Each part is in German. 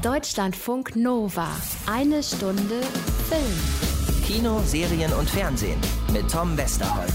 Deutschlandfunk Nova. 1 Stunde Film. Kino, Serien und Fernsehen mit Tom Westerholt.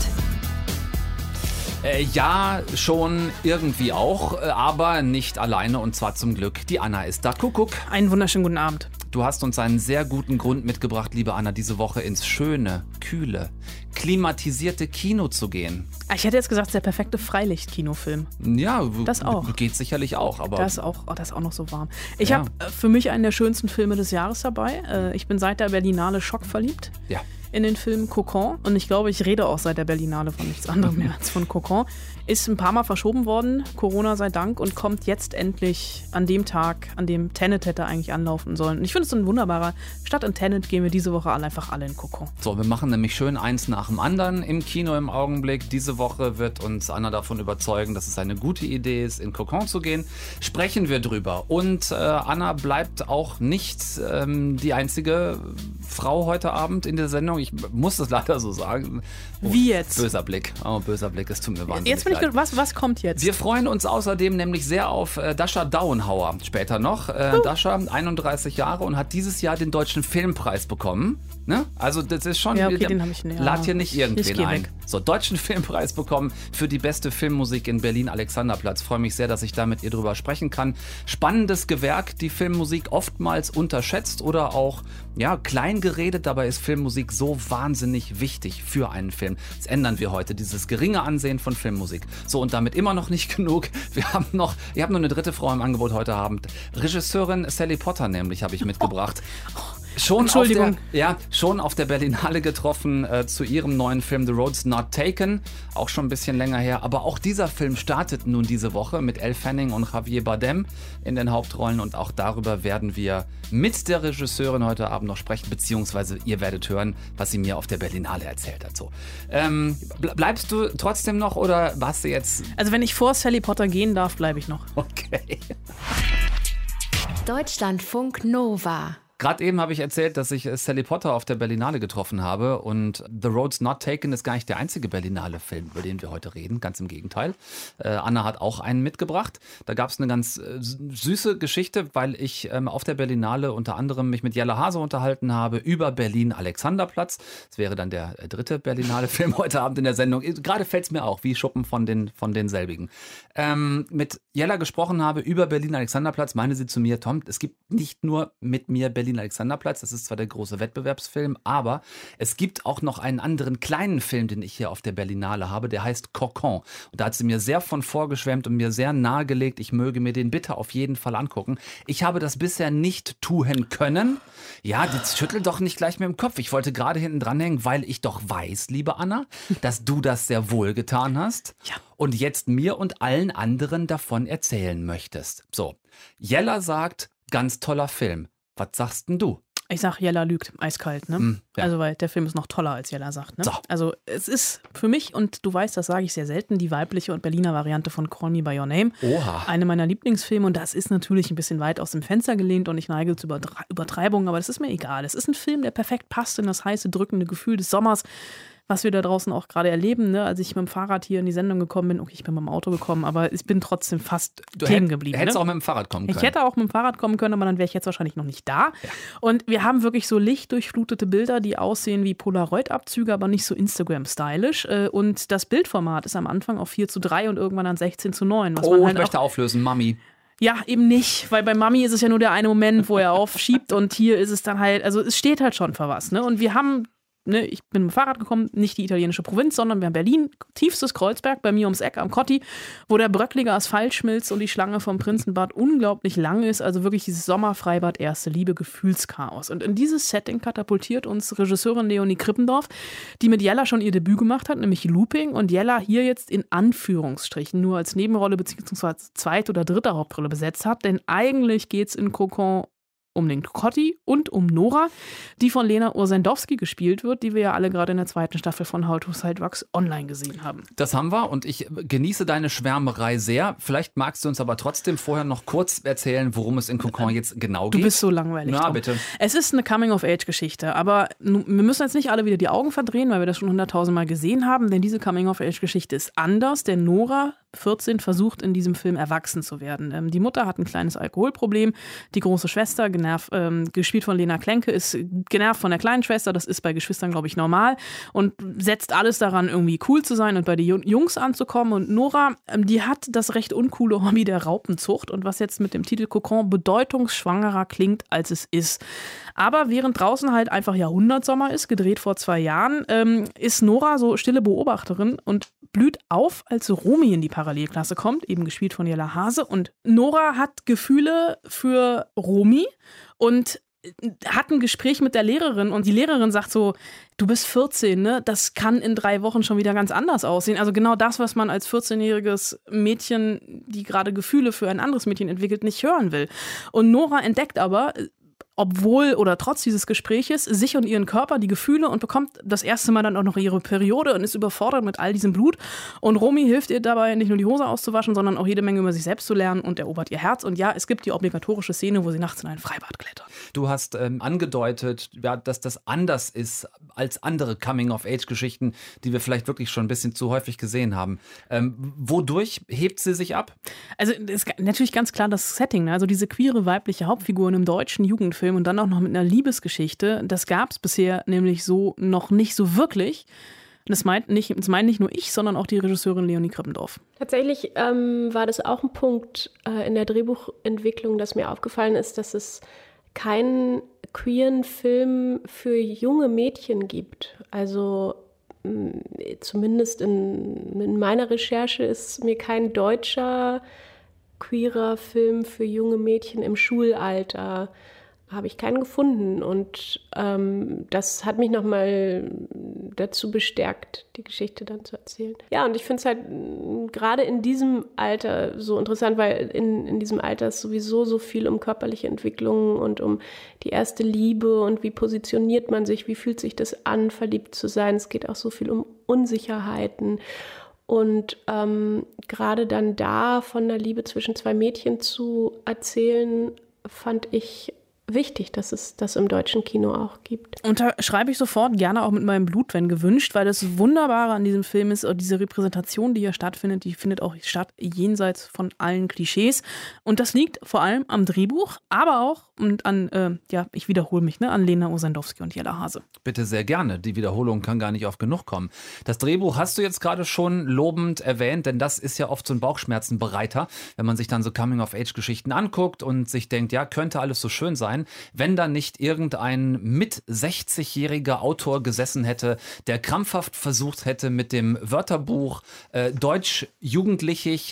Ja, schon irgendwie auch, aber nicht alleine und zwar zum Glück. Die Anna ist da. Kuckuck. Einen wunderschönen guten Abend. Du hast uns einen sehr guten Grund mitgebracht, liebe Anna, diese Woche ins schöne, kühle, klimatisierte Kino zu gehen. Ich hätte jetzt gesagt, der perfekte Freilicht-Kinofilm. Ja, das auch. Geht sicherlich auch. Aber das ist auch noch so warm. Ich habe für mich einen der schönsten Filme des Jahres dabei. Ich bin seit der Berlinale schockverliebt. Ja. In den Film Cocon. Und ich glaube, ich rede auch seit der Berlinale von nichts anderem mehr als von Cocon. Ist ein paar Mal verschoben worden, Corona sei Dank, und kommt jetzt endlich an dem Tag, an dem Tenet hätte eigentlich anlaufen sollen. Und ich finde es ein wunderbarer, statt in Tenet gehen wir diese Woche einfach alle in Cocon. So, wir machen nämlich schön eins nach dem anderen im Kino im Augenblick. Diese Woche wird uns Anna davon überzeugen, dass es eine gute Idee ist, in Cocon zu gehen. Sprechen wir drüber. Und Anna bleibt auch nicht die einzige Frau heute Abend in der Sendung. Ich muss das leider so sagen. Wie jetzt? Böser Blick. Oh, böser Blick, es tut mir wahnsinnig jetzt bin ich was kommt jetzt? Wir freuen uns außerdem nämlich sehr auf Dasha Dauenhauer später noch. Dasha, 31 Jahre und hat dieses Jahr den Deutschen Filmpreis bekommen. Ne? Also das ist schon... Ja, okay, den habe ich nicht. Lad hier nicht irgendwen ein. Weg. So, Deutschen Filmpreis bekommen für die beste Filmmusik in Berlin-Alexanderplatz. Freue mich sehr, dass ich da mit ihr drüber sprechen kann. Spannendes Gewerk, die Filmmusik oftmals unterschätzt oder auch klein geredet. Dabei ist Filmmusik so wahnsinnig wichtig für einen Film. Das ändern wir heute, dieses geringe Ansehen von Filmmusik. So, und damit immer noch nicht genug. Ich habe noch eine dritte Frau im Angebot heute Abend. Regisseurin Sally Potter nämlich habe ich mitgebracht. Schon auf der Berlinale getroffen zu ihrem neuen Film The Road's Not Taken, auch schon ein bisschen länger her, aber auch dieser Film startet nun diese Woche mit Elle Fanning und Javier Bardem in den Hauptrollen und auch darüber werden wir mit der Regisseurin heute Abend noch sprechen, beziehungsweise ihr werdet hören, was sie mir auf der Berlinale erzählt hat. So. Bleibst du trotzdem noch oder warst du jetzt... Also wenn ich vor Sally Potter gehen darf, bleibe ich noch. Okay. Deutschlandfunk Nova. Gerade eben habe ich erzählt, dass ich Sally Potter auf der Berlinale getroffen habe und The Road's Not Taken ist gar nicht der einzige Berlinale-Film, über den wir heute reden, ganz im Gegenteil. Anna hat auch einen mitgebracht. Da gab es eine ganz süße Geschichte, weil ich auf der Berlinale unter anderem mich mit Jella Hase unterhalten habe über Berlin-Alexanderplatz. Das wäre dann der dritte Berlinale-Film heute Abend in der Sendung. Gerade fällt es mir auch, wie Schuppen von denselbigen. Mit Jella gesprochen habe über Berlin-Alexanderplatz, meinte sie zu mir, Tom, es gibt nicht nur mit mir Berlin-Alexanderplatz, das ist zwar der große Wettbewerbsfilm, aber es gibt auch noch einen anderen kleinen Film, den ich hier auf der Berlinale habe, der heißt Cocon. Und da hat sie mir sehr von vorgeschwärmt und mir sehr nahegelegt, ich möge mir den bitte auf jeden Fall angucken. Ich habe das bisher nicht tun können. Ja, jetzt schüttel doch nicht gleich mit dem Kopf. Ich wollte gerade hinten dranhängen, weil ich doch weiß, liebe Anna, dass du das sehr wohl getan hast. Ja. Und jetzt mir und allen anderen davon erzählen möchtest. So, Jella sagt, ganz toller Film. Was sagst denn du? Ich sag, Jella lügt, eiskalt, ne? Ja. Also, weil der Film ist noch toller, als Jella sagt, ne? So. Also, es ist für mich, und du weißt, das sage ich sehr selten, die weibliche und Berliner Variante von Call Me By Your Name. Oha. Eine meiner Lieblingsfilme, und das ist natürlich ein bisschen weit aus dem Fenster gelehnt und ich neige zu Übertreibungen, aber das ist mir egal. Es ist ein Film, der perfekt passt in das heiße, drückende Gefühl des Sommers, was wir da draußen auch gerade erleben, ne? Als ich mit dem Fahrrad hier in die Sendung gekommen bin, okay, ich bin mit dem Auto gekommen, aber ich bin trotzdem fast kleben geblieben. Du hättest ne? auch mit dem Fahrrad kommen können. Ich hätte auch mit dem Fahrrad kommen können, aber dann wäre ich jetzt wahrscheinlich noch nicht da. Ja. Und wir haben wirklich so lichtdurchflutete Bilder, die aussehen wie Polaroid-Abzüge, aber nicht so Instagram-stylisch. Und das Bildformat ist am Anfang auf 4:3 und irgendwann dann 16:9. Was man halt ich möchte auflösen, Mami. Ja, eben nicht, weil bei Mami ist es ja nur der eine Moment, wo er aufschiebt und hier ist es dann halt, also es steht halt schon für was. Ne? Und wir haben... Ich bin mit dem Fahrrad gekommen, nicht die italienische Provinz, sondern wir haben Berlin, tiefstes Kreuzberg, bei mir ums Eck am Kotti, wo der bröcklige Asphalt schmilzt und die Schlange vom Prinzenbad unglaublich lang ist. Also wirklich dieses Sommerfreibad, erste Liebe, Gefühlschaos. Und in dieses Setting katapultiert uns Regisseurin Leonie Krippendorf, die mit Jella schon ihr Debüt gemacht hat, nämlich Looping. Und Jella hier jetzt in Anführungsstrichen nur als Nebenrolle bzw. zweite oder dritte Hauptrolle besetzt hat. Denn eigentlich geht es in Cocon um den Kotti und um Nora, die von Lena Ursendowski gespielt wird, die wir ja alle gerade in der zweiten Staffel von How to Side Wax online gesehen haben. Das haben wir und ich genieße deine Schwärmerei sehr. Vielleicht magst du uns aber trotzdem vorher noch kurz erzählen, worum es in Cocon jetzt genau geht. Du bist so langweilig. Na, Tom. bitte. Es ist eine Coming-of-Age-Geschichte, aber wir müssen jetzt nicht alle wieder die Augen verdrehen, weil wir das schon 100.000 Mal gesehen haben, denn diese Coming-of-Age-Geschichte ist anders, denn Nora 14, versucht in diesem Film erwachsen zu werden. Die Mutter hat ein kleines Alkoholproblem. Die große Schwester, gespielt von Lena Klenke, ist genervt von der kleinen Schwester. Das ist bei Geschwistern, glaube ich, normal. Und setzt alles daran, irgendwie cool zu sein und bei den Jungs anzukommen. Und Nora, die hat das recht uncoole Hobby der Raupenzucht. Und was jetzt mit dem Titel Kokon bedeutungsschwangerer klingt, als es ist. Aber während draußen halt einfach Jahrhundertsommer ist, gedreht vor 2 Jahren, ist Nora so stille Beobachterin und blüht auf, als Romy in die Parallelklasse kommt, eben gespielt von Jella Hase. Und Nora hat Gefühle für Romy und hat ein Gespräch mit der Lehrerin und die Lehrerin sagt so, du bist 14, ne? Das kann in 3 Wochen schon wieder ganz anders aussehen. Also genau das, was man als 14-jähriges Mädchen, die gerade Gefühle für ein anderes Mädchen entwickelt, nicht hören will. Und Nora entdeckt aber, obwohl oder trotz dieses Gespräches, sich und ihren Körper, die Gefühle und bekommt das erste Mal dann auch noch ihre Periode und ist überfordert mit all diesem Blut. Und Romy hilft ihr dabei, nicht nur die Hose auszuwaschen, sondern auch jede Menge über sich selbst zu lernen und erobert ihr Herz. Und ja, es gibt die obligatorische Szene, wo sie nachts in ein Freibad klettert. Du hast angedeutet, ja, dass das anders ist als andere Coming-of-Age-Geschichten, die wir vielleicht wirklich schon ein bisschen zu häufig gesehen haben. Wodurch hebt sie sich ab? Also ist natürlich ganz klar das Setting, ne? Also diese queere weibliche Hauptfigur in einem deutschen Jugendfilm und dann auch noch mit einer Liebesgeschichte, das gab es bisher nämlich so noch nicht so wirklich. Das meint nicht nur ich, sondern auch die Regisseurin Leonie Krippendorf. Tatsächlich war das auch ein Punkt in der Drehbuchentwicklung, dass mir aufgefallen ist, dass es keinen queeren Film für junge Mädchen gibt. Also zumindest in meiner Recherche ist mir kein deutscher queerer Film für junge Mädchen im Schulalter habe ich keinen gefunden und das hat mich nochmal dazu bestärkt, die Geschichte dann zu erzählen. Ja, und ich finde es halt gerade in diesem Alter so interessant, weil in diesem Alter ist sowieso so viel um körperliche Entwicklung und um die erste Liebe und wie positioniert man sich, wie fühlt sich das an, verliebt zu sein. Es geht auch so viel um Unsicherheiten. Und gerade dann da von der Liebe zwischen 2 Mädchen zu erzählen, fand ich wichtig, dass es das im deutschen Kino auch gibt. Unterschreibe ich sofort, gerne auch mit meinem Blut, wenn gewünscht, weil das Wunderbare an diesem Film ist, diese Repräsentation, die hier stattfindet, die findet auch statt jenseits von allen Klischees. Und das liegt vor allem am Drehbuch, aber auch und an, ich wiederhole mich, an Lena Osendowski und Jella Hase. Bitte sehr gerne. Die Wiederholung kann gar nicht oft genug kommen. Das Drehbuch hast du jetzt gerade schon lobend erwähnt, denn das ist ja oft so ein Bauchschmerzenbereiter, wenn man sich dann so Coming-of-Age-Geschichten anguckt und sich denkt, ja, könnte alles so schön sein, wenn da nicht irgendein mit 60-jähriger Autor gesessen hätte, der krampfhaft versucht hätte, mit dem Wörterbuch Deutsch jugendlich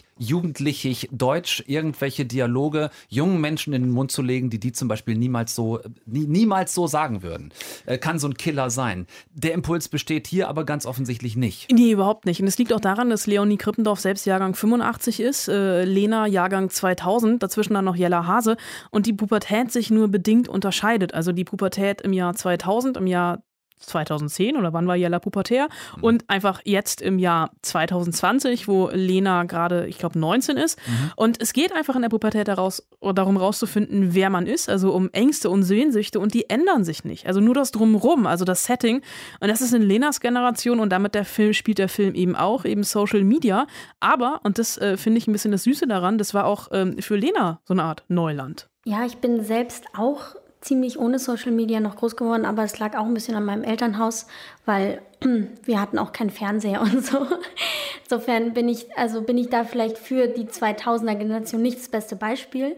Deutsch irgendwelche Dialoge jungen Menschen in den Mund zu legen, die zum Beispiel niemals so sagen würden. Kann so ein Killer sein. Der Impuls besteht hier aber ganz offensichtlich nicht. Nee, überhaupt nicht. Und es liegt auch daran, dass Leonie Krippendorf selbst Jahrgang 85 ist, Lena Jahrgang 2000, dazwischen dann noch Jella Hase und die Pubertät sich nur bedingt unterscheidet. Also die Pubertät im Jahr 2000, im Jahr 2010 oder wann war Jella pubertär und einfach jetzt im Jahr 2020, wo Lena gerade, ich glaube, 19 ist. Und es geht einfach in der Pubertät darum rauszufinden, wer man ist, also um Ängste und Sehnsüchte und die ändern sich nicht. Also nur das Drumherum, also das Setting. Und das ist in Lenas Generation und damit spielt der Film eben auch, eben Social Media. Aber, und das finde ich ein bisschen das Süße daran, das war auch für Lena so eine Art Neuland. Ja, ich bin selbst auch ziemlich ohne Social Media noch groß geworden, aber es lag auch ein bisschen an meinem Elternhaus, weil wir hatten auch keinen Fernseher und so. Insofern bin ich da vielleicht für die 2000er-Generation nicht das beste Beispiel.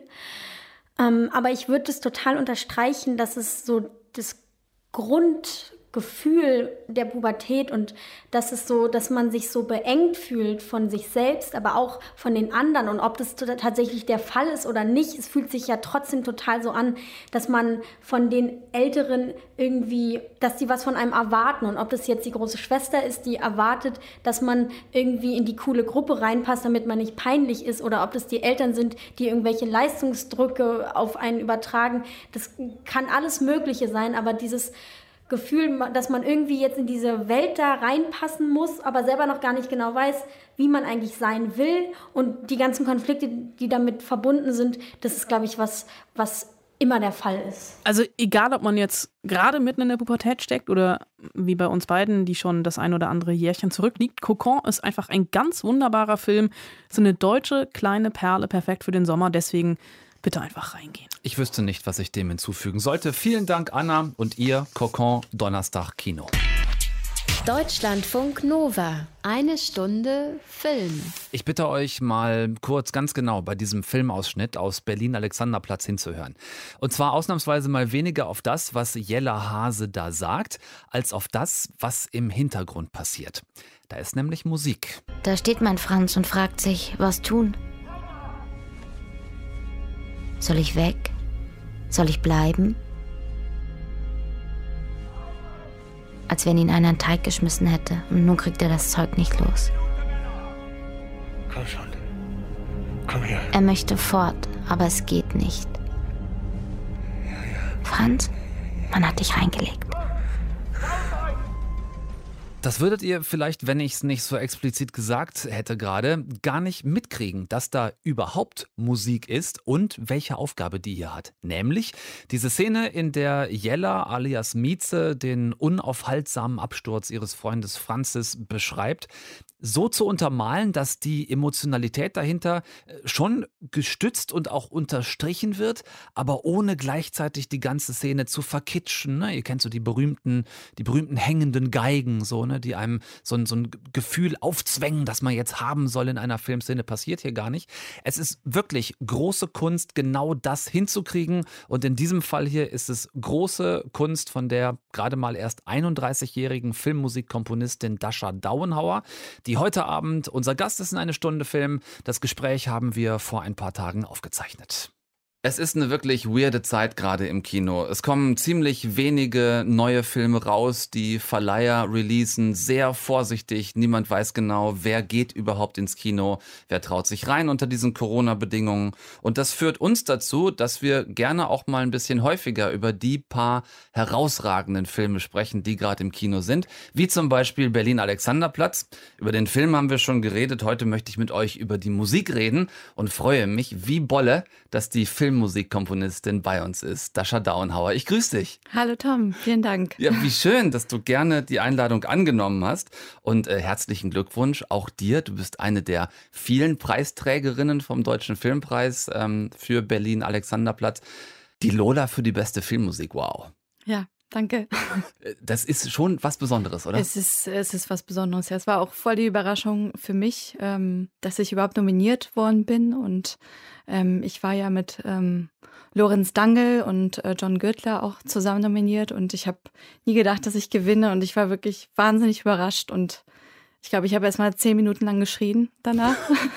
Aber ich würde es total unterstreichen, dass es so das Grundgefühl der Pubertät und das ist so, dass man sich so beengt fühlt von sich selbst, aber auch von den anderen und ob das tatsächlich der Fall ist oder nicht, es fühlt sich ja trotzdem total so an, dass man von den Älteren irgendwie, dass die was von einem erwarten und ob das jetzt die große Schwester ist, die erwartet, dass man irgendwie in die coole Gruppe reinpasst, damit man nicht peinlich ist oder ob das die Eltern sind, die irgendwelche Leistungsdrücke auf einen übertragen, das kann alles Mögliche sein, aber dieses Gefühl, dass man irgendwie jetzt in diese Welt da reinpassen muss, aber selber noch gar nicht genau weiß, wie man eigentlich sein will. Und die ganzen Konflikte, die damit verbunden sind, das ist, glaube ich, was immer der Fall ist. Also egal, ob man jetzt gerade mitten in der Pubertät steckt oder wie bei uns beiden, die schon das ein oder andere Jährchen zurückliegt, Cocon ist einfach ein ganz wunderbarer Film. So eine deutsche kleine Perle, perfekt für den Sommer. Deswegen bitte einfach reingehen. Ich wüsste nicht, was ich dem hinzufügen sollte. Vielen Dank, Anna, und ihr, Cocon, Donnerstag Kino. Deutschlandfunk Nova. Eine Stunde Film. Ich bitte euch mal kurz ganz genau bei diesem Filmausschnitt aus Berlin-Alexanderplatz hinzuhören. Und zwar ausnahmsweise mal weniger auf das, was Jella Hase da sagt, als auf das, was im Hintergrund passiert. Da ist nämlich Musik. Da steht mein Franz und fragt sich, was tun? Soll ich weg? Soll ich bleiben? Als wenn ihn einer in den Teig geschmissen hätte und nun kriegt er das Zeug nicht los. Komm schon. Komm her. Er möchte fort, aber es geht nicht. Franz, man hat dich reingelegt. Das würdet ihr vielleicht, wenn ich es nicht so explizit gesagt hätte gerade, gar nicht mitkriegen, dass da überhaupt Musik ist und welche Aufgabe die hier hat. Nämlich diese Szene, in der Jella alias Mieze den unaufhaltsamen Absturz ihres Freundes Franzis beschreibt, so zu untermalen, dass die Emotionalität dahinter schon gestützt und auch unterstrichen wird, aber ohne gleichzeitig die ganze Szene zu verkitschen. Ne? Ihr kennt so die berühmten hängenden Geigen, so, ne? Die einem so ein Gefühl aufzwängen, das man jetzt haben soll in einer Filmszene. Passiert hier gar nicht. Es ist wirklich große Kunst, genau das hinzukriegen. Und in diesem Fall hier ist es große Kunst von der gerade mal erst 31-jährigen Filmmusikkomponistin Dascha Dauenhauer, die heute Abend unser Gast ist in Eine Stunde Film. Das Gespräch haben wir vor ein paar Tagen aufgezeichnet. Es ist eine wirklich weirde Zeit gerade im Kino. Es kommen ziemlich wenige neue Filme raus. Die Verleiher releasen sehr vorsichtig. Niemand weiß genau, wer geht überhaupt ins Kino, wer traut sich rein unter diesen Corona-Bedingungen. Und das führt uns dazu, dass wir gerne auch mal ein bisschen häufiger über die paar herausragenden Filme sprechen, die gerade im Kino sind. Wie zum Beispiel Berlin-Alexanderplatz. Über den Film haben wir schon geredet. Heute möchte ich mit euch über die Musik reden und freue mich wie Bolle, dass die Filmmusikkomponistin bei uns ist, Dascha Dauenhauer. Ich grüße dich. Hallo Tom, vielen Dank. Ja, wie schön, dass du gerne die Einladung angenommen hast und herzlichen Glückwunsch auch dir. Du bist eine der vielen Preisträgerinnen vom Deutschen Filmpreis für Berlin-Alexanderplatz. Die Lola für die beste Filmmusik, wow. Ja, danke. Das ist schon was Besonderes, oder? Es ist was Besonderes. Ja, es war auch voll die Überraschung für mich, dass ich überhaupt nominiert worden bin. Und ich war ja mit Lorenz Dangl und John Gürtler auch zusammen nominiert. Und ich habe nie gedacht, dass ich gewinne. Und ich war wirklich wahnsinnig überrascht. Und ich glaube, ich habe erst mal 10 Minuten lang geschrien danach,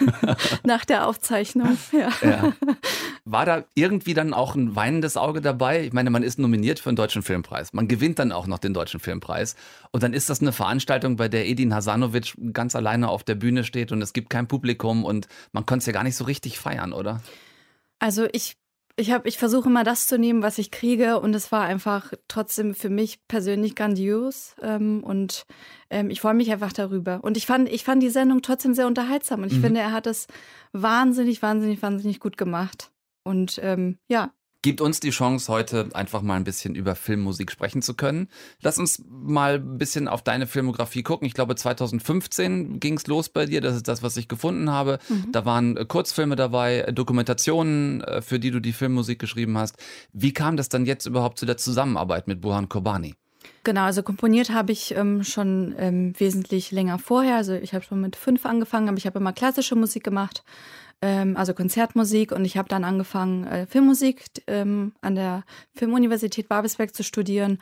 nach der Aufzeichnung. Ja. Ja. War da irgendwie dann auch ein weinendes Auge dabei? Ich meine, man ist nominiert für den Deutschen Filmpreis. Man gewinnt dann auch noch den Deutschen Filmpreis. Und dann ist das eine Veranstaltung, bei der Edin Hasanovic ganz alleine auf der Bühne steht und es gibt kein Publikum und man konnte es ja gar nicht so richtig feiern, oder? Also ich versuche immer das zu nehmen, was ich kriege, und es war einfach trotzdem für mich persönlich grandios, und ich freue mich einfach darüber. Und ich fand die Sendung trotzdem sehr unterhaltsam und ich finde, er hat es wahnsinnig gut gemacht. Und ja. Gibt uns die Chance, heute einfach mal ein bisschen über Filmmusik sprechen zu können. Lass uns mal ein bisschen auf deine Filmografie gucken. Ich glaube, 2015 ging es los bei dir. Das ist das, was ich gefunden habe. Da waren Kurzfilme dabei, Dokumentationen, für die du die Filmmusik geschrieben hast. Wie kam das dann jetzt überhaupt zu der Zusammenarbeit mit Burhan Kurbani? Genau, also komponiert habe ich schon wesentlich länger vorher. Also ich habe schon mit 5 angefangen, aber ich habe immer klassische Musik gemacht. Also Konzertmusik, und ich habe dann angefangen, Filmmusik an der Filmuniversität Babelsberg zu studieren.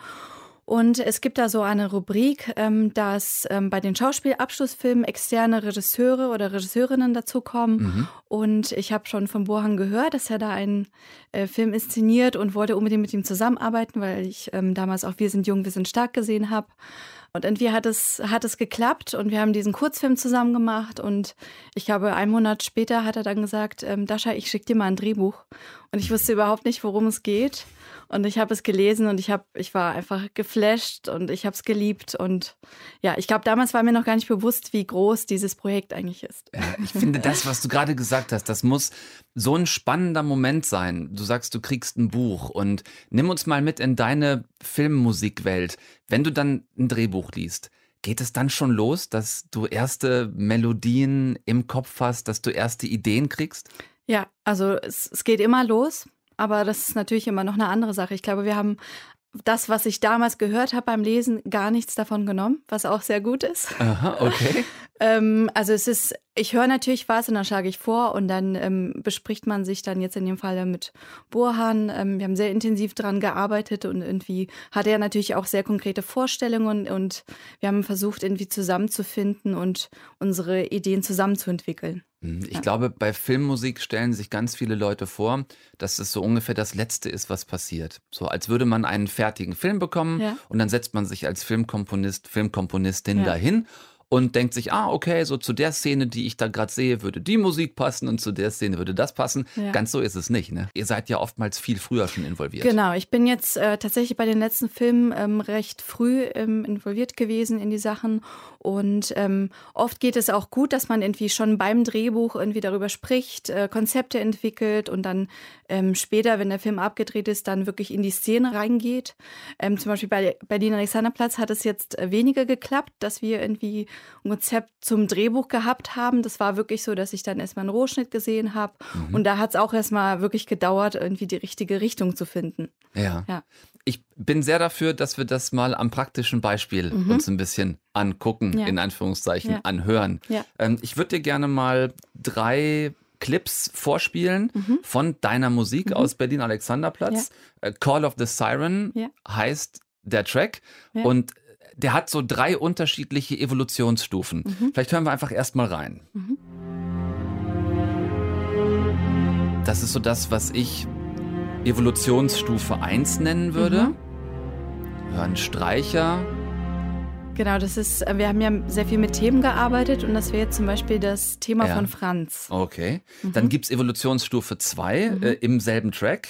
Und es gibt da so eine Rubrik, dass bei den Schauspielabschlussfilmen externe Regisseure oder Regisseurinnen dazukommen. Und ich habe schon von Burhan gehört, dass er da einen Film inszeniert und wollte unbedingt mit ihm zusammenarbeiten, weil ich damals auch Wir sind jung, wir sind stark gesehen habe. Und irgendwie hat es geklappt und wir haben diesen Kurzfilm zusammen gemacht, und ich glaube, 1 Monat später hat er dann gesagt, Dascha, ich schicke dir mal ein Drehbuch. Und ich wusste überhaupt nicht, worum es geht. Und ich habe es gelesen und ich war einfach geflasht und ich habe es geliebt. Und ja, ich glaube, damals war mir noch gar nicht bewusst, wie groß dieses Projekt eigentlich ist. Ja, ich finde das, was du gerade gesagt hast, das muss so ein spannender Moment sein. Du sagst, du kriegst ein Buch und nimm uns mal mit in deine Filmmusikwelt. Wenn du dann ein Drehbuch liest, geht es dann schon los, dass du erste Melodien im Kopf hast, dass du erste Ideen kriegst? Ja, also es geht immer los, aber das ist natürlich immer noch eine andere Sache. Ich glaube, wir haben das, was ich damals gehört habe beim Lesen, gar nichts davon genommen, was auch sehr gut ist. Aha, okay. Also ich höre natürlich was und dann schlage ich vor und dann bespricht man sich dann jetzt in dem Fall mit Burhan. Wir haben sehr intensiv daran gearbeitet und irgendwie hatte er natürlich auch sehr konkrete Vorstellungen und wir haben versucht, irgendwie zusammenzufinden und unsere Ideen zusammenzuentwickeln. Ich glaube, bei Filmmusik stellen sich ganz viele Leute vor, dass es so ungefähr das Letzte ist, was passiert. So als würde man einen fertigen Film bekommen und dann setzt man sich als Filmkomponistin dahin und denkt sich, okay, so zu der Szene, die ich da gerade sehe, würde die Musik passen und zu der Szene würde das passen. Ja. Ganz so ist es nicht, ne? Ihr seid ja oftmals viel früher schon involviert. Genau, ich bin jetzt tatsächlich bei den letzten Filmen recht früh involviert gewesen in die Sachen und oft geht es auch gut, dass man irgendwie schon beim Drehbuch irgendwie darüber spricht, Konzepte entwickelt und dann später, wenn der Film abgedreht ist, dann wirklich in die Szene reingeht. Zum Beispiel bei Berlin-Alexanderplatz hat es jetzt weniger geklappt, dass wir irgendwie ein Konzept zum Drehbuch gehabt haben. Das war wirklich so, dass ich dann erstmal einen Rohschnitt gesehen habe. Und da hat es auch erstmal wirklich gedauert, irgendwie die richtige Richtung zu finden. Ja. Ich bin sehr dafür, dass wir das mal am praktischen Beispiel uns ein bisschen angucken, in Anführungszeichen, anhören. Ja. Ich würde dir gerne mal 3 Clips vorspielen von deiner Musik aus Berlin-Alexanderplatz. Call of the Siren heißt der Track und der hat so 3 unterschiedliche Evolutionsstufen. Vielleicht hören wir einfach erstmal rein. Das ist so das, was ich Evolutionsstufe 1 nennen würde. Wir hören Streicher. Genau, wir haben ja sehr viel mit Themen gearbeitet und das wäre jetzt zum Beispiel das Thema von Franz. Okay, dann gibt es Evolutionsstufe 2 im selben Track.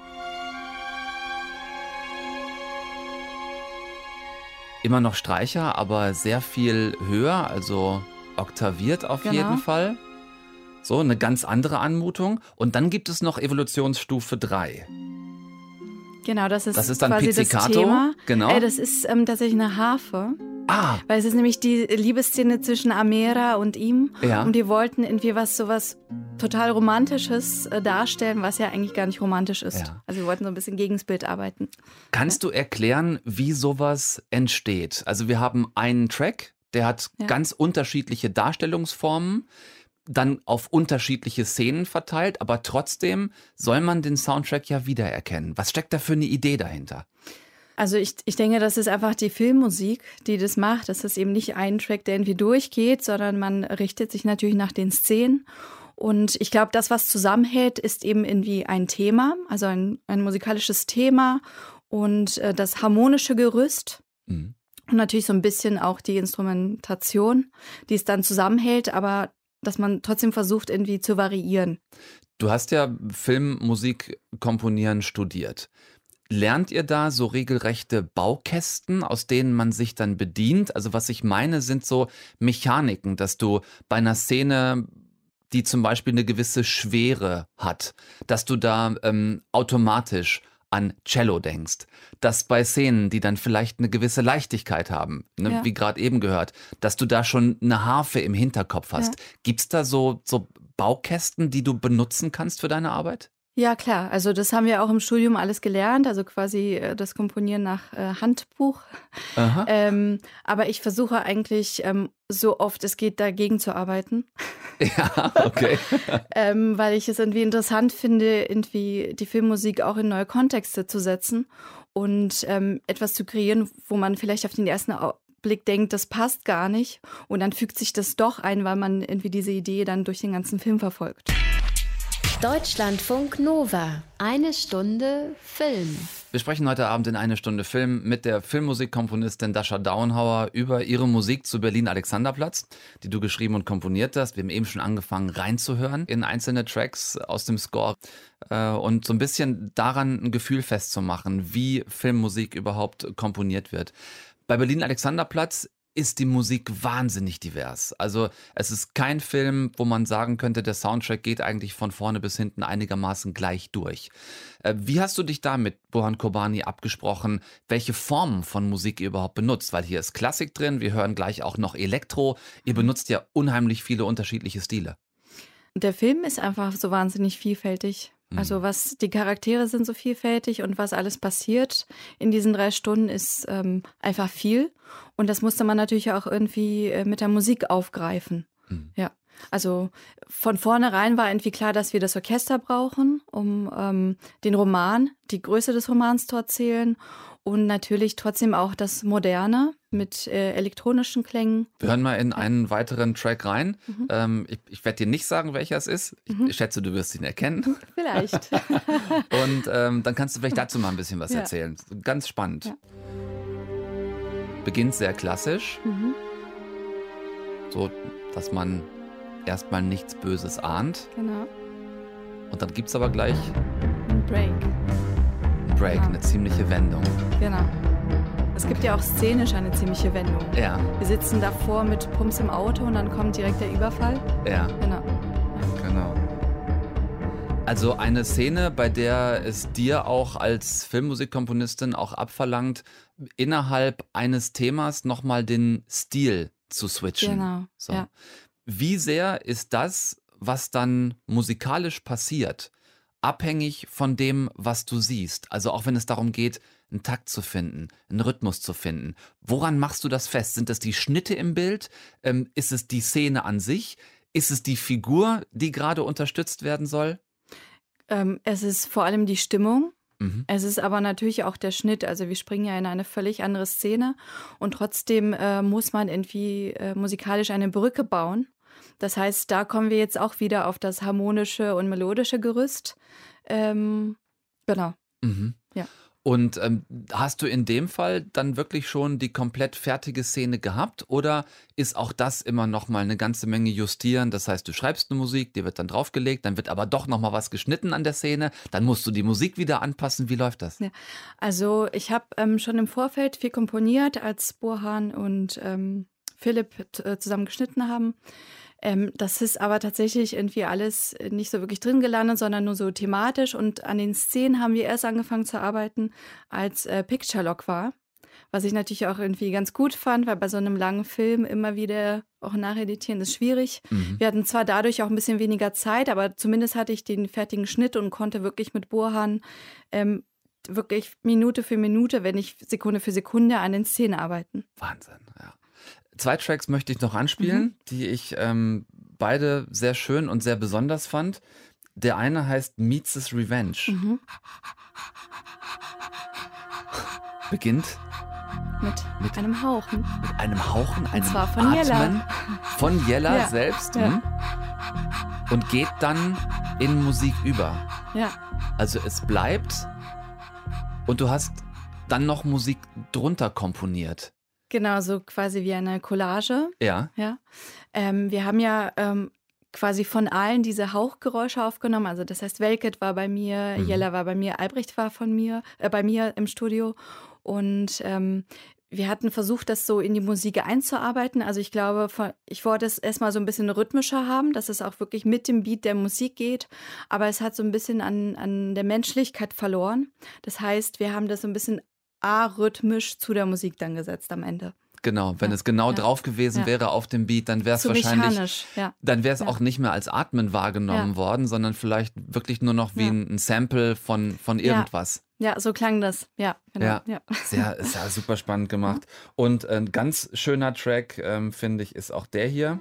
Immer noch Streicher, aber sehr viel höher, also oktaviert auf jeden Fall. So, eine ganz andere Anmutung. Und dann gibt es noch Evolutionsstufe 3. Genau, das ist dann quasi Pizzicato. Das Thema. Genau. Das ist tatsächlich eine Harfe. Weil es ist nämlich die Liebesszene zwischen Amira und ihm. Ja. Und die wollten irgendwie sowas total Romantisches darstellen, was ja eigentlich gar nicht romantisch ist. Ja. Also wir wollten so ein bisschen gegen das Bild arbeiten. Kannst du erklären, wie sowas entsteht? Also wir haben einen Track, der hat ganz unterschiedliche Darstellungsformen, dann auf unterschiedliche Szenen verteilt, aber trotzdem soll man den Soundtrack ja wiedererkennen. Was steckt da für eine Idee dahinter? Also ich denke, das ist einfach die Filmmusik, die das macht. Das ist eben nicht ein Track, der irgendwie durchgeht, sondern man richtet sich natürlich nach den Szenen. Und ich glaube, das, was zusammenhält, ist eben irgendwie ein Thema, also ein musikalisches Thema und das harmonische Gerüst. Und natürlich so ein bisschen auch die Instrumentation, die es dann zusammenhält, aber dass man trotzdem versucht, irgendwie zu variieren. Du hast ja Filmmusik komponieren studiert. Lernt ihr da so regelrechte Baukästen, aus denen man sich dann bedient? Also was ich meine, sind so Mechaniken, dass du bei einer Szene, die zum Beispiel eine gewisse Schwere hat, dass du da automatisch an Cello denkst, dass bei Szenen, die dann vielleicht eine gewisse Leichtigkeit haben, wie gerade eben gehört, dass du da schon eine Harfe im Hinterkopf hast. Gibt's da so Baukästen, die du benutzen kannst für deine Arbeit? Ja, klar. Also das haben wir auch im Studium alles gelernt, also quasi das Komponieren nach Handbuch. Aber ich versuche eigentlich so oft es geht, dagegen zu arbeiten. Ja, okay. Weil ich es irgendwie interessant finde, irgendwie die Filmmusik auch in neue Kontexte zu setzen und etwas zu kreieren, wo man vielleicht auf den ersten Blick denkt, das passt gar nicht. Und dann fügt sich das doch ein, weil man irgendwie diese Idee dann durch den ganzen Film verfolgt. Deutschlandfunk Nova. 1 Stunde Film. Wir sprechen heute Abend in 1 Stunde Film mit der Filmmusikkomponistin Dascha Daunhauer über ihre Musik zu Berlin-Alexanderplatz, die du geschrieben und komponiert hast. Wir haben eben schon angefangen reinzuhören in einzelne Tracks aus dem Score und so ein bisschen daran ein Gefühl festzumachen, wie Filmmusik überhaupt komponiert wird. Bei Berlin-Alexanderplatz ist die Musik wahnsinnig divers. Also es ist kein Film, wo man sagen könnte, der Soundtrack geht eigentlich von vorne bis hinten einigermaßen gleich durch. Wie hast du dich da mit Burhan Kurbani abgesprochen, welche Formen von Musik ihr überhaupt benutzt? Weil hier ist Klassik drin, wir hören gleich auch noch Elektro. Ihr benutzt ja unheimlich viele unterschiedliche Stile. Der Film ist einfach so wahnsinnig vielfältig. Also die Charaktere sind so vielfältig und was alles passiert in diesen 3 Stunden ist einfach viel. Und das musste man natürlich auch irgendwie mit der Musik aufgreifen. Ja, also von vornherein war irgendwie klar, dass wir das Orchester brauchen, um den Roman, die Größe des Romans zu erzählen. Und natürlich trotzdem auch das Moderne mit elektronischen Klängen. Wir hören mal in einen weiteren Track rein. Ich werde dir nicht sagen, welcher es ist. Ich schätze, du wirst ihn erkennen. Vielleicht. Und dann kannst du vielleicht dazu mal ein bisschen was erzählen. Ganz spannend. Ja. Beginnt sehr klassisch. So, dass man erstmal nichts Böses ahnt. Genau. Und dann gibt es aber gleich ein Break. Genau. Eine ziemliche Wendung. Genau. Es gibt ja auch szenisch eine ziemliche Wendung. Ja. Wir sitzen davor mit Pumps im Auto und dann kommt direkt der Überfall. Ja. Genau. Also eine Szene, bei der es dir auch als Filmmusikkomponistin auch abverlangt, innerhalb eines Themas nochmal den Stil zu switchen. Genau. So. Ja. Wie sehr ist das, was dann musikalisch passiert, abhängig von dem, was du siehst? Also auch wenn es darum geht, einen Takt zu finden, einen Rhythmus zu finden. Woran machst du das fest? Sind das die Schnitte im Bild? Ist es die Szene an sich? Ist es die Figur, die gerade unterstützt werden soll? Es ist vor allem die Stimmung. Es ist aber natürlich auch der Schnitt. Also wir springen ja in eine völlig andere Szene und trotzdem muss man irgendwie musikalisch eine Brücke bauen. Das heißt, da kommen wir jetzt auch wieder auf das harmonische und melodische Gerüst. Genau. Ja. Und hast du in dem Fall dann wirklich schon die komplett fertige Szene gehabt oder ist auch das immer noch mal eine ganze Menge justieren? Das heißt, du schreibst eine Musik, die wird dann draufgelegt, dann wird aber doch noch mal was geschnitten an der Szene, dann musst du die Musik wieder anpassen. Wie läuft das? Ja. Also ich habe schon im Vorfeld viel komponiert, als Burhan und Philipp zusammen geschnitten haben. Das ist aber tatsächlich irgendwie alles nicht so wirklich drin gelandet, sondern nur so thematisch. Und an den Szenen haben wir erst angefangen zu arbeiten, als Picture Lock war. Was ich natürlich auch irgendwie ganz gut fand, weil bei so einem langen Film immer wieder auch nacheditieren ist schwierig. Wir hatten zwar dadurch auch ein bisschen weniger Zeit, aber zumindest hatte ich den fertigen Schnitt und konnte wirklich mit Burhan wirklich Minute für Minute, wenn nicht Sekunde für Sekunde an den Szenen arbeiten. Wahnsinn, ja. 2 Tracks möchte ich noch anspielen, die ich beide sehr schön und sehr besonders fand. Der eine heißt Meets' Revenge. Beginnt mit einem Hauchen. Mit einem Hauchen, einem und zwar von Atmen Jella. Von Jella selbst. Ja. Und geht dann in Musik über. Ja. Also es bleibt und du hast dann noch Musik drunter komponiert. Genau, so quasi wie eine Collage. Ja. Wir haben ja quasi von allen diese Hauchgeräusche aufgenommen. Also das heißt, Welket war bei mir, Jella war bei mir, Albrecht war bei mir im Studio. Und wir hatten versucht, das so in die Musik einzuarbeiten. Also ich glaube, ich wollte es erstmal so ein bisschen rhythmischer haben, dass es auch wirklich mit dem Beat der Musik geht. Aber es hat so ein bisschen an der Menschlichkeit verloren. Das heißt, wir haben das so ein bisschen arrhythmisch zu der Musik dann gesetzt am Ende. Genau, wenn es genau drauf gewesen wäre auf dem Beat, dann wäre es wahrscheinlich, dann wäre es auch nicht mehr als Atmen wahrgenommen worden, sondern vielleicht wirklich nur noch wie ein Sample von irgendwas. Ja, so klang das. Ja, genau. Ja. Sehr super spannend gemacht. Und ein ganz schöner Track, finde ich, ist auch der hier.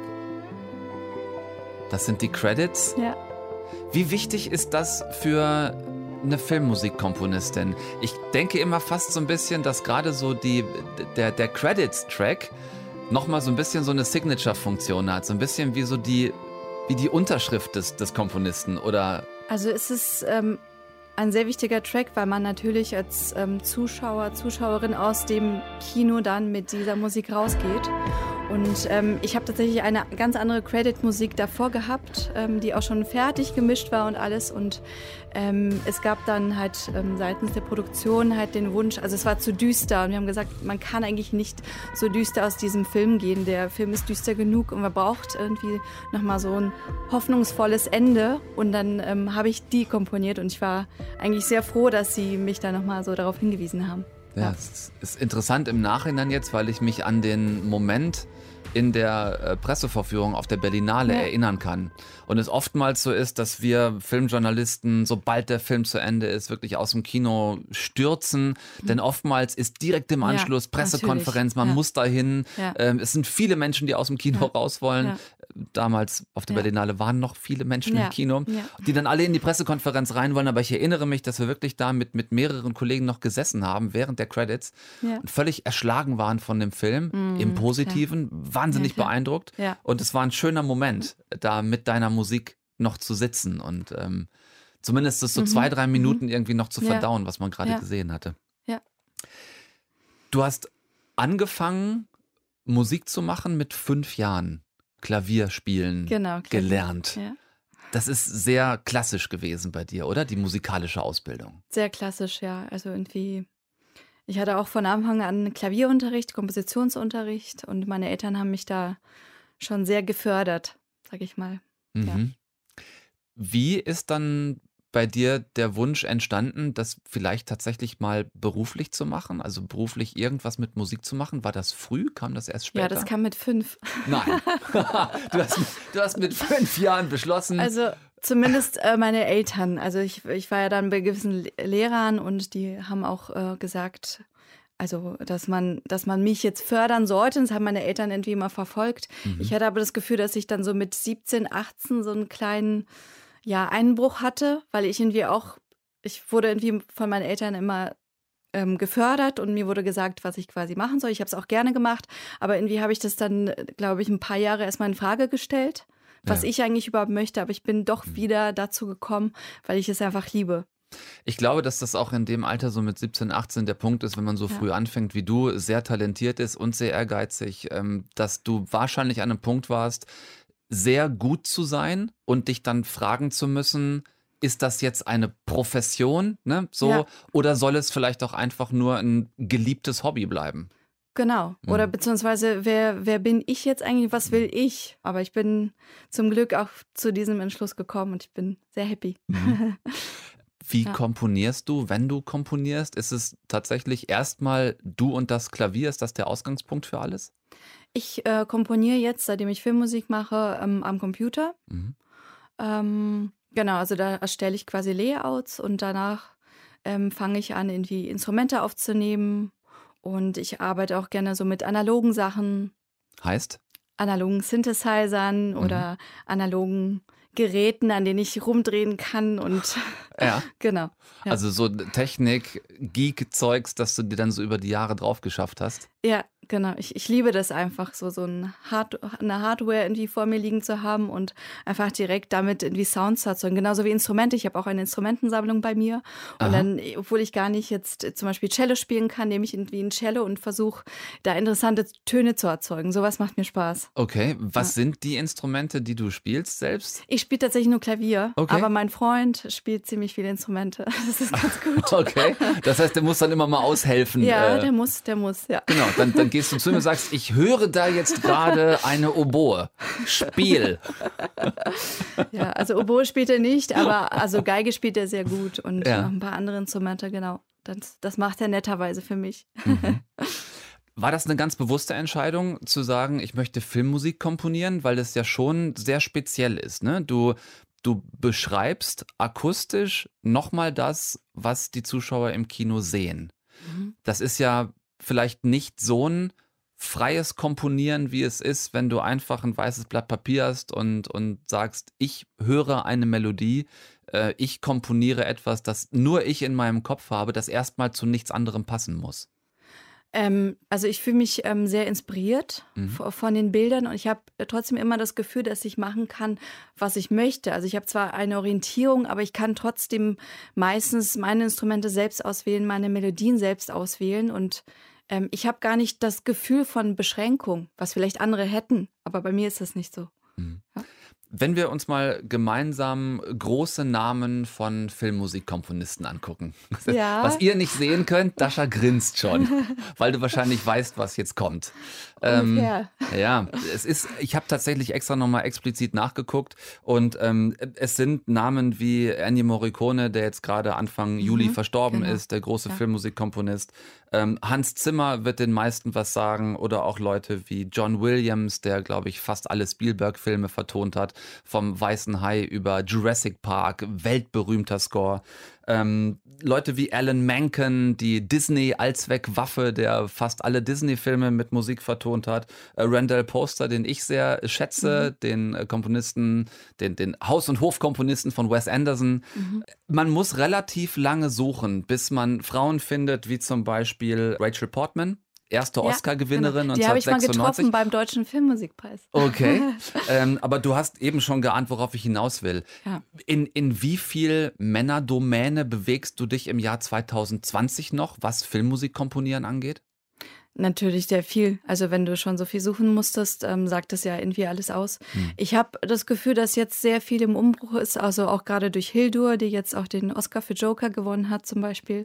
Das sind die Credits. Ja. Wie wichtig ist das für eine Filmmusikkomponistin? Ich denke immer fast so ein bisschen, dass gerade so der Credits-Track nochmal so ein bisschen so eine Signature-Funktion hat. So ein bisschen wie so die wie die Unterschrift des Komponisten oder? Also es ist ein sehr wichtiger Track, weil man natürlich als Zuschauer, Zuschauerin aus dem Kino dann mit dieser Musik rausgeht. Und ich habe tatsächlich eine ganz andere Credit-Musik davor gehabt, die auch schon fertig gemischt war und alles. Und es gab dann halt seitens der Produktion halt den Wunsch, also es war zu düster. Und wir haben gesagt, man kann eigentlich nicht so düster aus diesem Film gehen. Der Film ist düster genug und man braucht irgendwie nochmal so ein hoffnungsvolles Ende. Und dann habe ich die komponiert und ich war eigentlich sehr froh, dass sie mich da nochmal so darauf hingewiesen haben. Ja, es ist interessant im Nachhinein jetzt, weil ich mich an den Moment in der Pressevorführung auf der Berlinale erinnern kann. Und es oftmals so ist, dass wir Filmjournalisten, sobald der Film zu Ende ist, wirklich aus dem Kino stürzen. Denn oftmals ist direkt im Anschluss Pressekonferenz, man muss dahin. Ja. Es sind viele Menschen, die aus dem Kino raus wollen. Ja. Damals auf der Berlinale waren noch viele Menschen im Kino, die dann alle in die Pressekonferenz rein wollen. Aber ich erinnere mich, dass wir wirklich da mit mehreren Kollegen noch gesessen haben während der Credits und völlig erschlagen waren von dem Film, im Positiven, wahnsinnig beeindruckt. Ja. Und es war ein schöner Moment, da mit deiner Musik noch zu sitzen und zumindest so 2-3 Minuten irgendwie noch zu verdauen, was man gerade gesehen hatte. Ja. Du hast angefangen, Musik zu machen mit 5 Jahren. Klavier spielen gelernt. Ja. Das ist sehr klassisch gewesen bei dir, oder? Die musikalische Ausbildung. Sehr klassisch, ja. Also irgendwie, ich hatte auch von Anfang an Klavierunterricht, Kompositionsunterricht und meine Eltern haben mich da schon sehr gefördert, sag ich mal. Mhm. Ja. Wie ist dann bei dir der Wunsch entstanden, das vielleicht tatsächlich mal beruflich zu machen? Also beruflich irgendwas mit Musik zu machen? War das früh? Kam das erst später? Ja, das kam mit 5. Nein. du hast mit 5 Jahren beschlossen. Also zumindest meine Eltern. Also ich war ja dann bei gewissen Lehrern und die haben auch gesagt, also dass man mich jetzt fördern sollte. Das haben meine Eltern irgendwie immer verfolgt. Ich hatte aber das Gefühl, dass ich dann so mit 17, 18 so einen kleinen Einbruch hatte, weil ich wurde irgendwie von meinen Eltern immer gefördert und mir wurde gesagt, was ich quasi machen soll. Ich habe es auch gerne gemacht, aber irgendwie habe ich das dann, glaube ich, ein paar Jahre erstmal in Frage gestellt, was ich eigentlich überhaupt möchte, aber ich bin doch wieder dazu gekommen, weil ich es einfach liebe. Ich glaube, dass das auch in dem Alter so mit 17, 18 der Punkt ist, wenn man so früh anfängt wie du, sehr talentiert ist und sehr ehrgeizig, dass du wahrscheinlich an einem Punkt warst, sehr gut zu sein und dich dann fragen zu müssen, ist das jetzt eine Profession, ne? Oder soll es vielleicht auch einfach nur ein geliebtes Hobby bleiben? Genau. Oder beziehungsweise, wer bin ich jetzt eigentlich, was will ich? Aber ich bin zum Glück auch zu diesem Entschluss gekommen und ich bin sehr happy. Wie komponierst du, wenn du komponierst? Ist es tatsächlich erstmal du und das Klavier? Ist das der Ausgangspunkt für alles? Ich komponiere jetzt, seitdem ich Filmmusik mache, am Computer. Genau, also da erstelle ich quasi Layouts und danach fange ich an, irgendwie Instrumente aufzunehmen. Und ich arbeite auch gerne so mit analogen Sachen. Heißt? Analogen Synthesizern oder analogen Geräten, an denen ich rumdrehen kann und genau. Ja. Also so Technik, Geek-Zeugs, das du dir dann so über die Jahre drauf geschafft hast. Ja, genau. Ich liebe das einfach, so eine Hardware irgendwie vor mir liegen zu haben und einfach direkt damit irgendwie Sounds zu erzeugen. Genauso wie Instrumente. Ich habe auch eine Instrumentensammlung bei mir. Und dann, obwohl ich gar nicht jetzt zum Beispiel Cello spielen kann, nehme ich irgendwie ein Cello und versuche, da interessante Töne zu erzeugen. Sowas macht mir Spaß. Okay, was sind die Instrumente, die du spielst selbst? Ich spiele tatsächlich nur Klavier, aber mein Freund spielt ziemlich viele Instrumente. Das ist ganz gut. Okay, das heißt, der muss dann immer mal aushelfen. Ja, der muss, ja. Genau, dann gehst du zu ihm und sagst, ich höre da jetzt gerade eine Oboe. Spiel. Ja, also Oboe spielt er nicht, aber also Geige spielt er sehr gut und noch ein paar andere Instrumente, genau. Das macht er netterweise für mich. War das eine ganz bewusste Entscheidung, zu sagen, ich möchte Filmmusik komponieren, weil das ja schon sehr speziell ist, ne? Du beschreibst akustisch nochmal das, was die Zuschauer im Kino sehen. Das ist ja vielleicht nicht so ein freies Komponieren, wie es ist, wenn du einfach ein weißes Blatt Papier hast und sagst, ich höre eine Melodie, ich komponiere etwas, das nur ich in meinem Kopf habe, das erstmal zu nichts anderem passen muss. Also ich fühle mich sehr inspiriert von den Bildern und ich habe trotzdem immer das Gefühl, dass ich machen kann, was ich möchte. Also ich habe zwar eine Orientierung, aber ich kann trotzdem meistens meine Instrumente selbst auswählen, meine Melodien selbst auswählen und ich habe gar nicht das Gefühl von Beschränkung, was vielleicht andere hätten, aber bei mir ist das nicht so. Ja. Wenn wir uns mal gemeinsam große Namen von Filmmusikkomponisten angucken. Ja. Was ihr nicht sehen könnt, Dasha grinst schon, weil du wahrscheinlich weißt, was jetzt kommt. Ja, ich habe tatsächlich extra nochmal explizit nachgeguckt und es sind Namen wie Ennio Morricone, der jetzt gerade Anfang Juli verstorben ist, der große Filmmusikkomponist. Hans Zimmer wird den meisten was sagen oder auch Leute wie John Williams, der, glaube ich, fast alle Spielberg-Filme vertont hat, vom Weißen Hai über Jurassic Park, weltberühmter Score. Leute wie Alan Menken, die Disney-Allzweckwaffe, der fast alle Disney-Filme mit Musik vertont hat. Randall Poster, den ich sehr schätze, den Komponisten, den Haus- und Hofkomponisten von Wes Anderson. Man muss relativ lange suchen, bis man Frauen findet, wie zum Beispiel Rachel Portman. Erste Oscar-Gewinnerin 1996. Die habe ich mal getroffen beim Deutschen Filmmusikpreis. Okay, aber du hast eben schon geahnt, worauf ich hinaus will. Ja. In wie viel Männerdomäne bewegst du dich im Jahr 2020 noch, was Filmmusikkomponieren angeht? Natürlich sehr viel. Also wenn du schon so viel suchen musstest, sagt das ja irgendwie alles aus. Ich habe das Gefühl, dass jetzt sehr viel im Umbruch ist, also auch gerade durch Hildur, die jetzt auch den Oscar für Joker gewonnen hat zum Beispiel.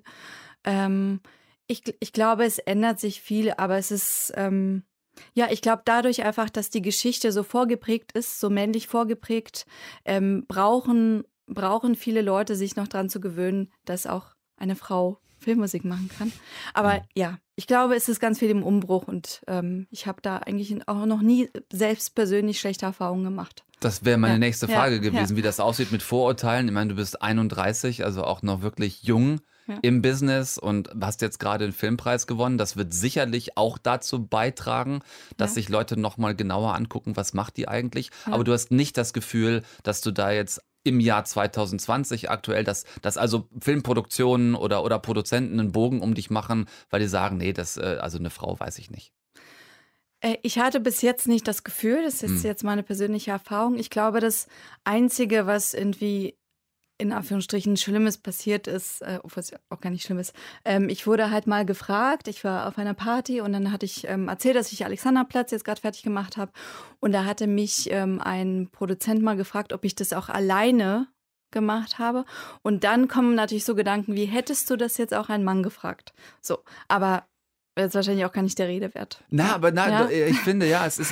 Ich glaube, es ändert sich viel, aber es ist, ich glaube dadurch einfach, dass die Geschichte so vorgeprägt ist, so männlich vorgeprägt, brauchen viele Leute sich noch dran zu gewöhnen, dass auch eine Frau Filmmusik machen kann. Aber ja, ich glaube, es ist ganz viel im Umbruch und ich habe da eigentlich auch noch nie selbst persönlich schlechte Erfahrungen gemacht. Das wäre meine nächste Frage gewesen, wie das aussieht mit Vorurteilen. Ich meine, du bist 31, also auch noch wirklich jung. Im Business und hast jetzt gerade den Filmpreis gewonnen. Das wird sicherlich auch dazu beitragen, dass sich Leute nochmal genauer angucken, was macht die eigentlich. Aber du hast nicht das Gefühl, dass du da jetzt im Jahr 2020 aktuell, dass also Filmproduktionen oder Produzenten einen Bogen um dich machen, weil die sagen, nee, also eine Frau weiß ich nicht. Ich hatte bis jetzt nicht das Gefühl, das ist jetzt meine persönliche Erfahrung. Ich glaube, das Einzige, was irgendwie in Anführungsstrichen Schlimmes passiert ist, obwohl es auch gar nicht schlimm ist. Ich wurde halt mal gefragt, ich war auf einer Party und dann hatte ich erzählt, dass ich Alexanderplatz jetzt gerade fertig gemacht habe und da hatte mich ein Produzent mal gefragt, ob ich das auch alleine gemacht habe und dann kommen natürlich so Gedanken wie, hättest du das jetzt auch einen Mann gefragt? So, aber das ist wahrscheinlich auch gar nicht der Rede wert. Ich finde,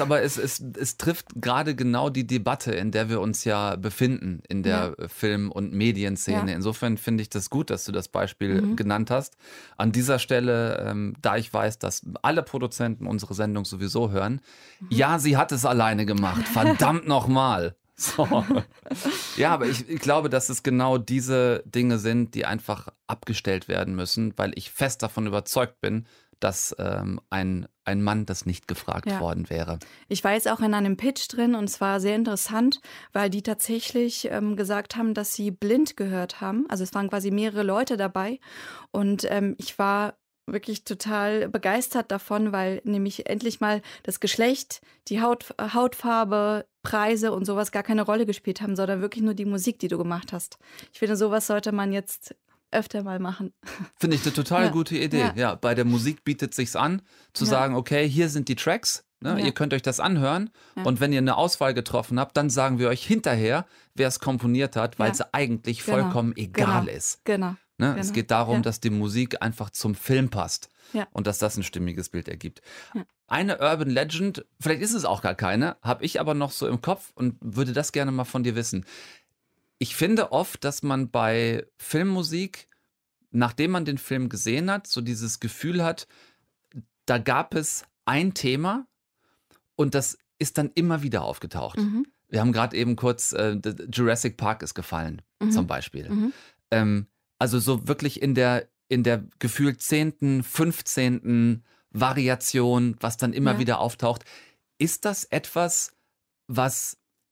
es trifft gerade genau die Debatte, in der wir uns ja befinden, in der Film- und Medienszene. Ja. Insofern finde ich das gut, dass du das Beispiel genannt hast. An dieser Stelle, da ich weiß, dass alle Produzenten unsere Sendung sowieso hören, ja, sie hat es alleine gemacht, verdammt nochmal. So. Ja, aber ich glaube, dass es genau diese Dinge sind, die einfach abgestellt werden müssen, weil ich fest davon überzeugt bin, dass ein Mann das nicht gefragt worden wäre. Ich war jetzt auch in einem Pitch drin und es war sehr interessant, weil die tatsächlich gesagt haben, dass sie blind gehört haben. Also es waren quasi mehrere Leute dabei und ich war wirklich total begeistert davon, weil nämlich endlich mal das Geschlecht, die Hautfarbe, Preise und sowas gar keine Rolle gespielt haben, sondern wirklich nur die Musik, die du gemacht hast. Ich finde, sowas sollte man jetzt öfter mal machen. Finde ich eine total gute Idee. Ja, bei der Musik bietet sich's an, zu sagen, okay, hier sind die Tracks, ihr könnt euch das anhören und wenn ihr eine Auswahl getroffen habt, dann sagen wir euch hinterher, wer es komponiert hat, weil es eigentlich vollkommen egal ist. Genau. Es geht darum, dass die Musik einfach zum Film passt und dass das ein stimmiges Bild ergibt. Ja. Eine Urban Legend, vielleicht ist es auch gar keine, habe ich aber noch so im Kopf und würde das gerne mal von dir wissen. Ich finde oft, dass man bei Filmmusik, nachdem man den Film gesehen hat, so dieses Gefühl hat, da gab es ein Thema und das ist dann immer wieder aufgetaucht. Wir haben gerade eben kurz, Jurassic Park ist gefallen, zum Beispiel. Also so wirklich in der gefühlt 10., 15. Variation, was dann immer wieder auftaucht. Ist das etwas, was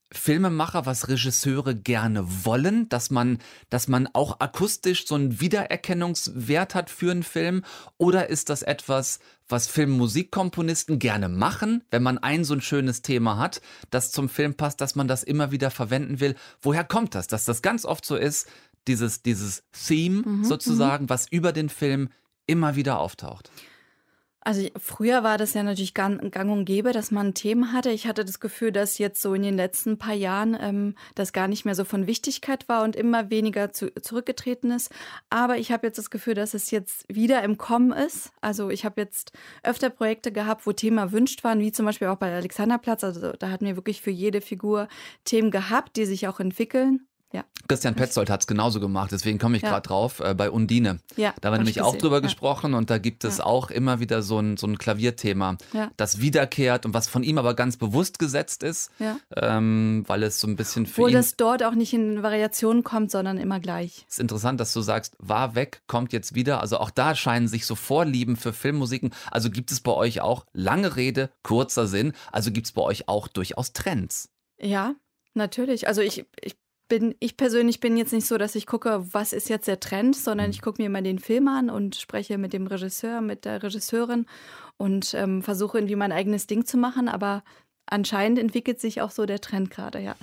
Filmemacher, was Regisseure gerne wollen, dass man auch akustisch so einen Wiedererkennungswert hat für einen Film? Oder ist das etwas, was Filmmusikkomponisten gerne machen, wenn man so ein schönes Thema hat, das zum Film passt, dass man das immer wieder verwenden will? Woher kommt das, dass das ganz oft so ist, dieses Theme sozusagen, was über den Film immer wieder auftaucht? Also früher war das ja natürlich gang und gäbe, dass man Themen hatte. Ich hatte das Gefühl, dass jetzt so in den letzten paar Jahren das gar nicht mehr so von Wichtigkeit war und immer weniger zurückgetreten ist. Aber ich habe jetzt das Gefühl, dass es jetzt wieder im Kommen ist. Also ich habe jetzt öfter Projekte gehabt, wo Themen erwünscht waren, wie zum Beispiel auch bei Alexanderplatz. Also da hatten wir wirklich für jede Figur Themen gehabt, die sich auch entwickeln. Ja. Christian Petzold hat es genauso gemacht, deswegen komme ich gerade drauf, bei Undine. Ja, da haben wir nämlich auch drüber gesprochen und da gibt es auch immer wieder so ein Klavierthema, das wiederkehrt und was von ihm aber ganz bewusst gesetzt ist, weil es so ein bisschen für ihn... Wo das dort auch nicht in Variationen kommt, sondern immer gleich. Es ist interessant, dass du sagst, war weg, kommt jetzt wieder. Also auch da scheinen sich so Vorlieben für Filmmusiken. Also gibt es bei euch auch, lange Rede, kurzer Sinn, also gibt es bei euch auch durchaus Trends? Ja, natürlich. Also ich persönlich bin jetzt nicht so, dass ich gucke, was ist jetzt der Trend, sondern ich gucke mir immer den Film an und spreche mit dem Regisseur, mit der Regisseurin und versuche irgendwie mein eigenes Ding zu machen, aber anscheinend entwickelt sich auch so der Trend gerade, ja.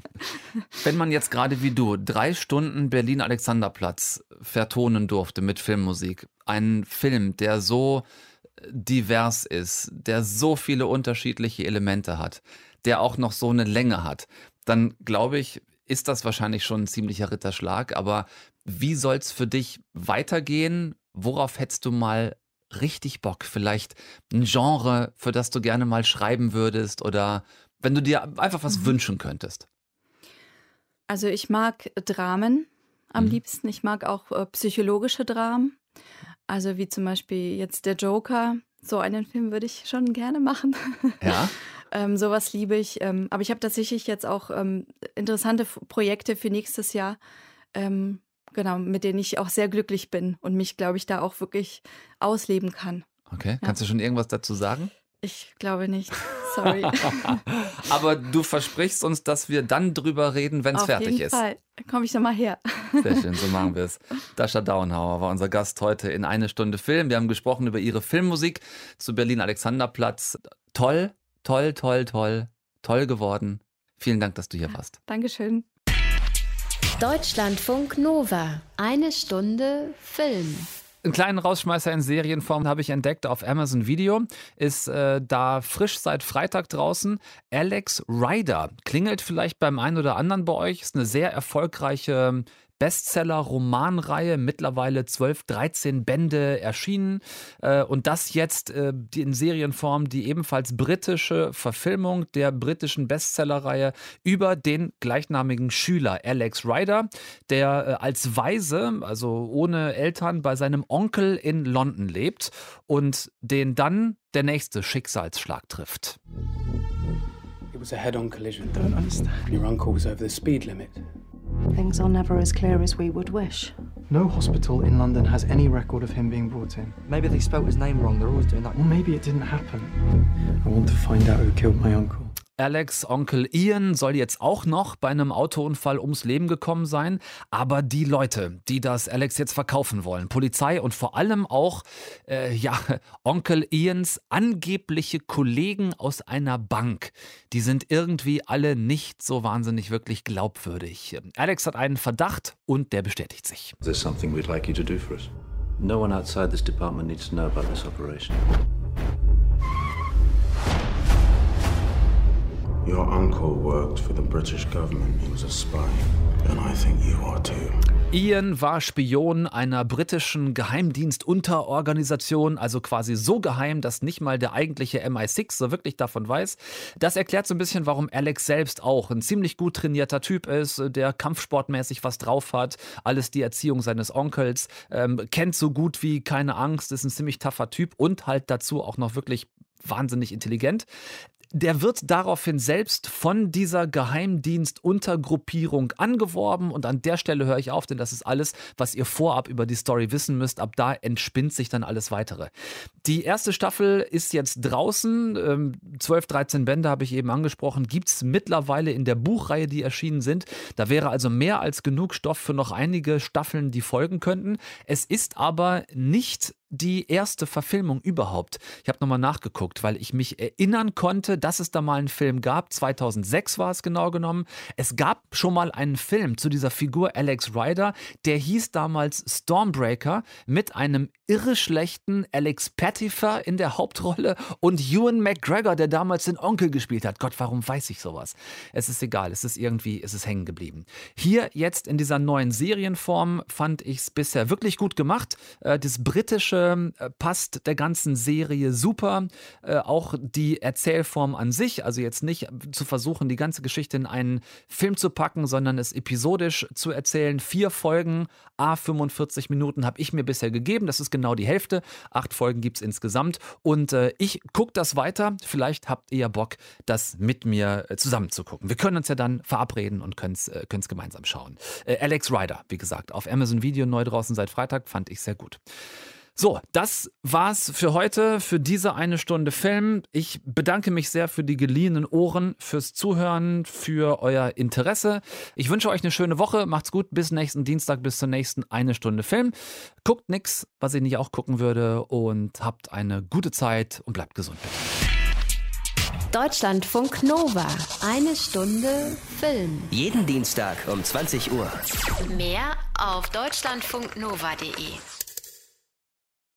Wenn man jetzt gerade wie du 3 Stunden Berlin-Alexanderplatz vertonen durfte mit Filmmusik, ein Film, der so divers ist, der so viele unterschiedliche Elemente hat, der auch noch so eine Länge hat, dann glaube ich, ist das wahrscheinlich schon ein ziemlicher Ritterschlag. Aber wie soll es für dich weitergehen? Worauf hättest du mal richtig Bock? Vielleicht ein Genre, für das du gerne mal schreiben würdest? Oder wenn du dir einfach was wünschen könntest? Also ich mag Dramen am liebsten. Ich mag auch psychologische Dramen. Also wie zum Beispiel jetzt der Joker. So einen Film würde ich schon gerne machen. Ja? Sowas liebe ich. Aber ich habe tatsächlich jetzt auch interessante Projekte für nächstes Jahr, genau, mit denen ich auch sehr glücklich bin und mich, glaube ich, da auch wirklich ausleben kann. Okay, ja. Kannst du schon irgendwas dazu sagen? Ich glaube nicht. Sorry. Aber du versprichst uns, dass wir dann drüber reden, wenn es fertig ist. Auf jeden Fall. Dann komme ich nochmal her. Sehr schön, so machen wir es. Dascha Dauenhauer war unser Gast heute in 1 Stunde Film. Wir haben gesprochen über ihre Filmmusik zu Berlin-Alexanderplatz. Toll geworden. Vielen Dank, dass du hier warst. Dankeschön. Deutschlandfunk Nova. 1 Stunde Film. Einen kleinen Rausschmeißer in Serienform habe ich entdeckt auf Amazon Video. Ist da frisch seit Freitag draußen. Alex Rider. Klingelt vielleicht beim einen oder anderen bei euch. Ist eine sehr erfolgreiche Bestseller-Romanreihe, mittlerweile 12, 13 Bände erschienen und das jetzt in Serienform die ebenfalls britische Verfilmung der britischen Bestsellerreihe über den gleichnamigen Schüler Alex Rider, der als Waise, also ohne Eltern, bei seinem Onkel in London lebt und den dann der nächste Schicksalsschlag trifft. It was a head-on collision. Don't understand. Your uncle was over the speed limit. Things are never as clear as we would wish. No hospital in London has any record of him being brought in. Maybe they spelt his name wrong. They're always doing that. Or maybe it didn't happen. I want to find out who killed my uncle. Alex' Onkel Ian soll jetzt auch noch bei einem Autounfall ums Leben gekommen sein. Aber die Leute, die das Alex jetzt verkaufen wollen, Polizei und vor allem auch Onkel Ians angebliche Kollegen aus einer Bank, die sind irgendwie alle nicht so wahnsinnig wirklich glaubwürdig. Alex hat einen Verdacht und der bestätigt sich. Is there something we'd like you to do for us? No one outside this department needs to know about this operation. Your uncle worked for the British government. He was a spy. And I think you are too. Ian war Spion einer britischen Geheimdienstunterorganisation, also quasi so geheim, dass nicht mal der eigentliche MI6 so wirklich davon weiß. Das erklärt so ein bisschen, warum Alex selbst auch ein ziemlich gut trainierter Typ ist, der kampfsportmäßig was drauf hat, alles die Erziehung seines Onkels, kennt so gut wie keine Angst, ist ein ziemlich tougher Typ und halt dazu auch noch wirklich wahnsinnig intelligent. Der wird daraufhin selbst von dieser Geheimdienstuntergruppierung angeworben und an der Stelle höre ich auf, denn das ist alles, was ihr vorab über die Story wissen müsst. Ab da entspinnt sich dann alles Weitere. Die erste Staffel ist jetzt draußen, 12, 13 Bände habe ich eben angesprochen, gibt es mittlerweile in der Buchreihe, die erschienen sind. Da wäre also mehr als genug Stoff für noch einige Staffeln, die folgen könnten. Es ist aber nicht die erste Verfilmung überhaupt. Ich habe nochmal nachgeguckt, weil ich mich erinnern konnte, dass es da mal einen Film gab. 2006 war es genau genommen. Es gab schon mal einen Film zu dieser Figur Alex Rider, der hieß damals Stormbreaker mit einem irre schlechten Alex Pettyfer in der Hauptrolle und Ewan McGregor, der damals den Onkel gespielt hat. Gott, warum weiß ich sowas? Es ist egal, es ist hängen geblieben. Hier jetzt in dieser neuen Serienform fand ich es bisher wirklich gut gemacht. Das britische passt der ganzen Serie super. Auch die Erzählform an sich, also jetzt nicht zu versuchen, die ganze Geschichte in einen Film zu packen, sondern es episodisch zu erzählen. 4 Folgen, 45 Minuten habe ich mir bisher gegeben. Das ist genau die Hälfte. 8 Folgen gibt es insgesamt. Und ich gucke das weiter. Vielleicht habt ihr ja Bock, das mit mir zusammen zu gucken. Wir können uns ja dann verabreden und können es gemeinsam schauen. Alex Rider, wie gesagt, auf Amazon Video, neu draußen seit Freitag, fand ich sehr gut. So, das war's für heute, für diese eine Stunde Film. Ich bedanke mich sehr für die geliehenen Ohren, fürs Zuhören, für euer Interesse. Ich wünsche euch eine schöne Woche. Macht's gut. Bis nächsten Dienstag, bis zur nächsten eine Stunde Film. Guckt nix, was ich nicht auch gucken würde und habt eine gute Zeit und bleibt gesund. Deutschlandfunk Nova. Eine Stunde Film. Jeden Dienstag um 20 Uhr. Mehr auf deutschlandfunknova.de.